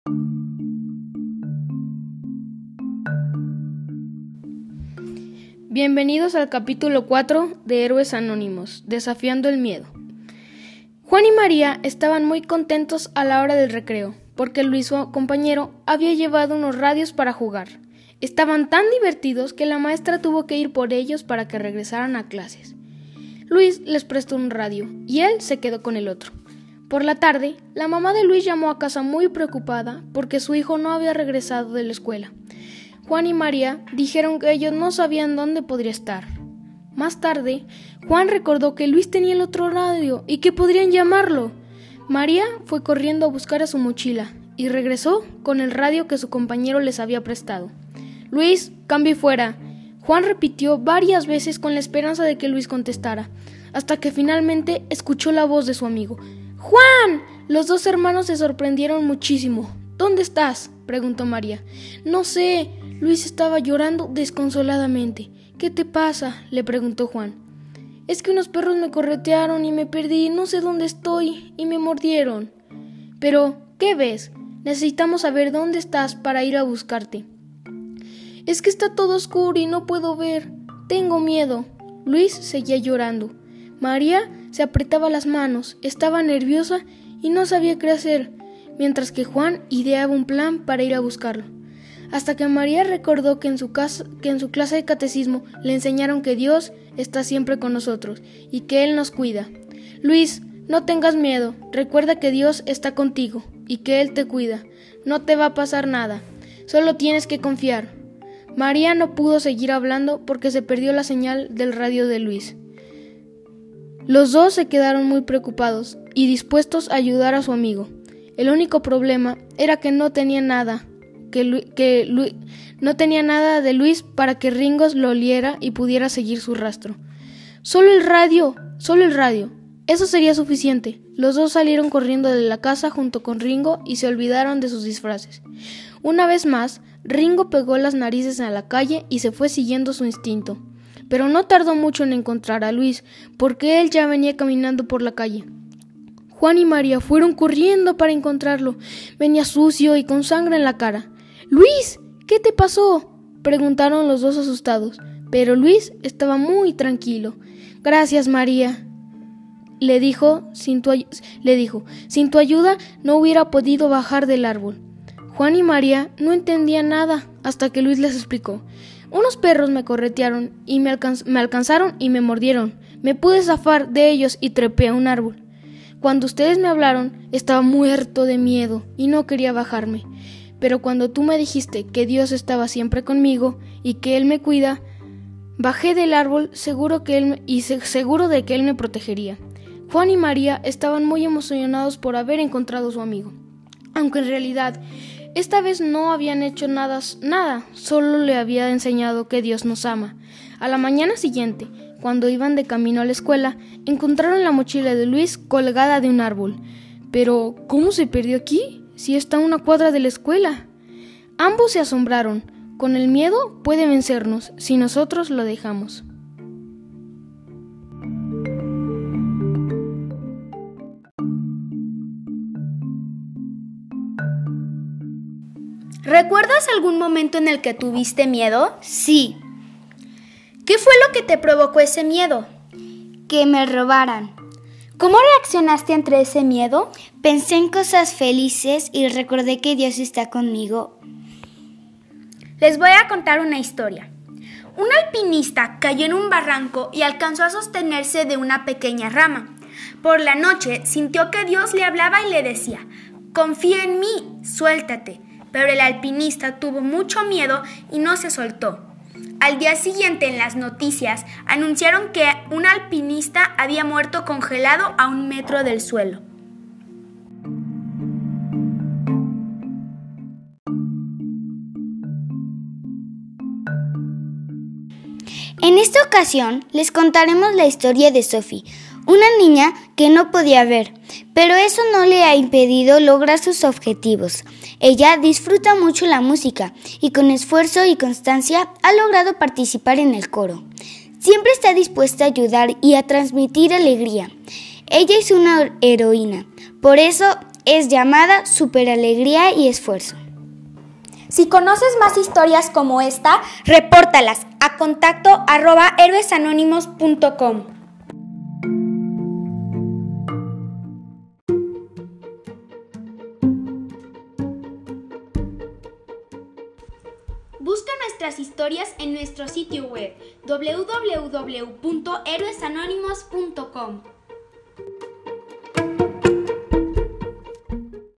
Bienvenidos al capítulo 4 de Héroes Anónimos, Desafiando el Miedo. Juan y María estaban muy contentos a la hora del recreo, porque Luis, su compañero, había llevado unos radios para jugar. Estaban tan divertidos que la maestra tuvo que ir por ellos para que regresaran a clases. Luis les prestó un radio y él se quedó con el otro. Por la tarde, la mamá de Luis llamó a casa muy preocupada porque su hijo no había regresado de la escuela. Juan y María dijeron que ellos no sabían dónde podría estar. Más tarde, Juan recordó que Luis tenía el otro radio y que podrían llamarlo. María fue corriendo a buscar a su mochila y regresó con el radio que su compañero les había prestado. Luis, cambio y fuera. Juan repitió varias veces con la esperanza de que Luis contestara, hasta que finalmente escuchó la voz de su amigo. ¡Juan! Los dos hermanos se sorprendieron muchísimo. ¿Dónde estás?, preguntó María. No sé. Luis estaba llorando desconsoladamente. ¿Qué te pasa?, le preguntó Juan. Es que unos perros me corretearon y me perdí, no sé dónde estoy, y me mordieron. Pero, ¿qué ves? Necesitamos saber dónde estás para ir a buscarte. Es que está todo oscuro y no puedo ver. Tengo miedo. Luis seguía llorando. María se apretaba las manos, estaba nerviosa y no sabía qué hacer, mientras que Juan ideaba un plan para ir a buscarlo. Hasta que María recordó que en su clase de catecismo le enseñaron que Dios está siempre con nosotros y que Él nos cuida. Luis, no tengas miedo, recuerda que Dios está contigo y que Él te cuida. No te va a pasar nada, solo tienes que confiar. María no pudo seguir hablando porque se perdió la señal del radio de Luis. Los dos se quedaron muy preocupados y dispuestos a ayudar a su amigo. El único problema era que no tenía nada de Luis para que Ringo lo oliera y pudiera seguir su rastro. Solo el radio. Eso sería suficiente. Los dos salieron corriendo de la casa junto con Ringo y se olvidaron de sus disfraces. Una vez más, Ringo pegó las narices a la calle y se fue siguiendo su instinto. Pero no tardó mucho en encontrar a Luis, porque él ya venía caminando por la calle. Juan y María fueron corriendo para encontrarlo. Venía sucio y con sangre en la cara. «Luis, ¿qué te pasó?», preguntaron los dos asustados, pero Luis estaba muy tranquilo. «Gracias, María», le dijo, sin tu ayuda no hubiera podido bajar del árbol. Juan y María no entendían nada hasta que Luis les explicó. «Unos perros me corretearon y me alcanzaron y me mordieron. Me pude zafar de ellos y trepé a un árbol. Cuando ustedes me hablaron, estaba muerto de miedo y no quería bajarme. Pero cuando tú me dijiste que Dios estaba siempre conmigo y que Él me cuida, bajé del árbol seguro de que Él me protegería». Juan y María estaban muy emocionados por haber encontrado a su amigo, aunque en realidad esta vez no habían hecho nada, solo le había enseñado que Dios nos ama. A la mañana siguiente, cuando iban de camino a la escuela, encontraron la mochila de Luis colgada de un árbol. Pero, ¿cómo se perdió aquí? Si está a una cuadra de la escuela. Ambos se asombraron. Con el miedo puede vencernos si nosotros lo dejamos. ¿Recuerdas algún momento en el que tuviste miedo? Sí. ¿Qué fue lo que te provocó ese miedo? Que me robaran. ¿Cómo reaccionaste ante ese miedo? Pensé en cosas felices y recordé que Dios está conmigo. Les voy a contar una historia. Un alpinista cayó en un barranco y alcanzó a sostenerse de una pequeña rama. Por la noche sintió que Dios le hablaba y le decía: «Confía en mí, suéltate». Pero el alpinista tuvo mucho miedo y no se soltó. Al día siguiente, en las noticias, anunciaron que un alpinista había muerto congelado a 1 metro del suelo. En esta ocasión les contaremos la historia de Sophie, una niña que no podía ver, pero eso no le ha impedido lograr sus objetivos. Ella disfruta mucho la música y con esfuerzo y constancia ha logrado participar en el coro. Siempre está dispuesta a ayudar y a transmitir alegría. Ella es una heroína, por eso es llamada superalegría y esfuerzo. Si conoces más historias como esta, repórtalas a contacto@héroesanónimos.com. Busca nuestras historias en nuestro sitio web www.héroesanónimos.com.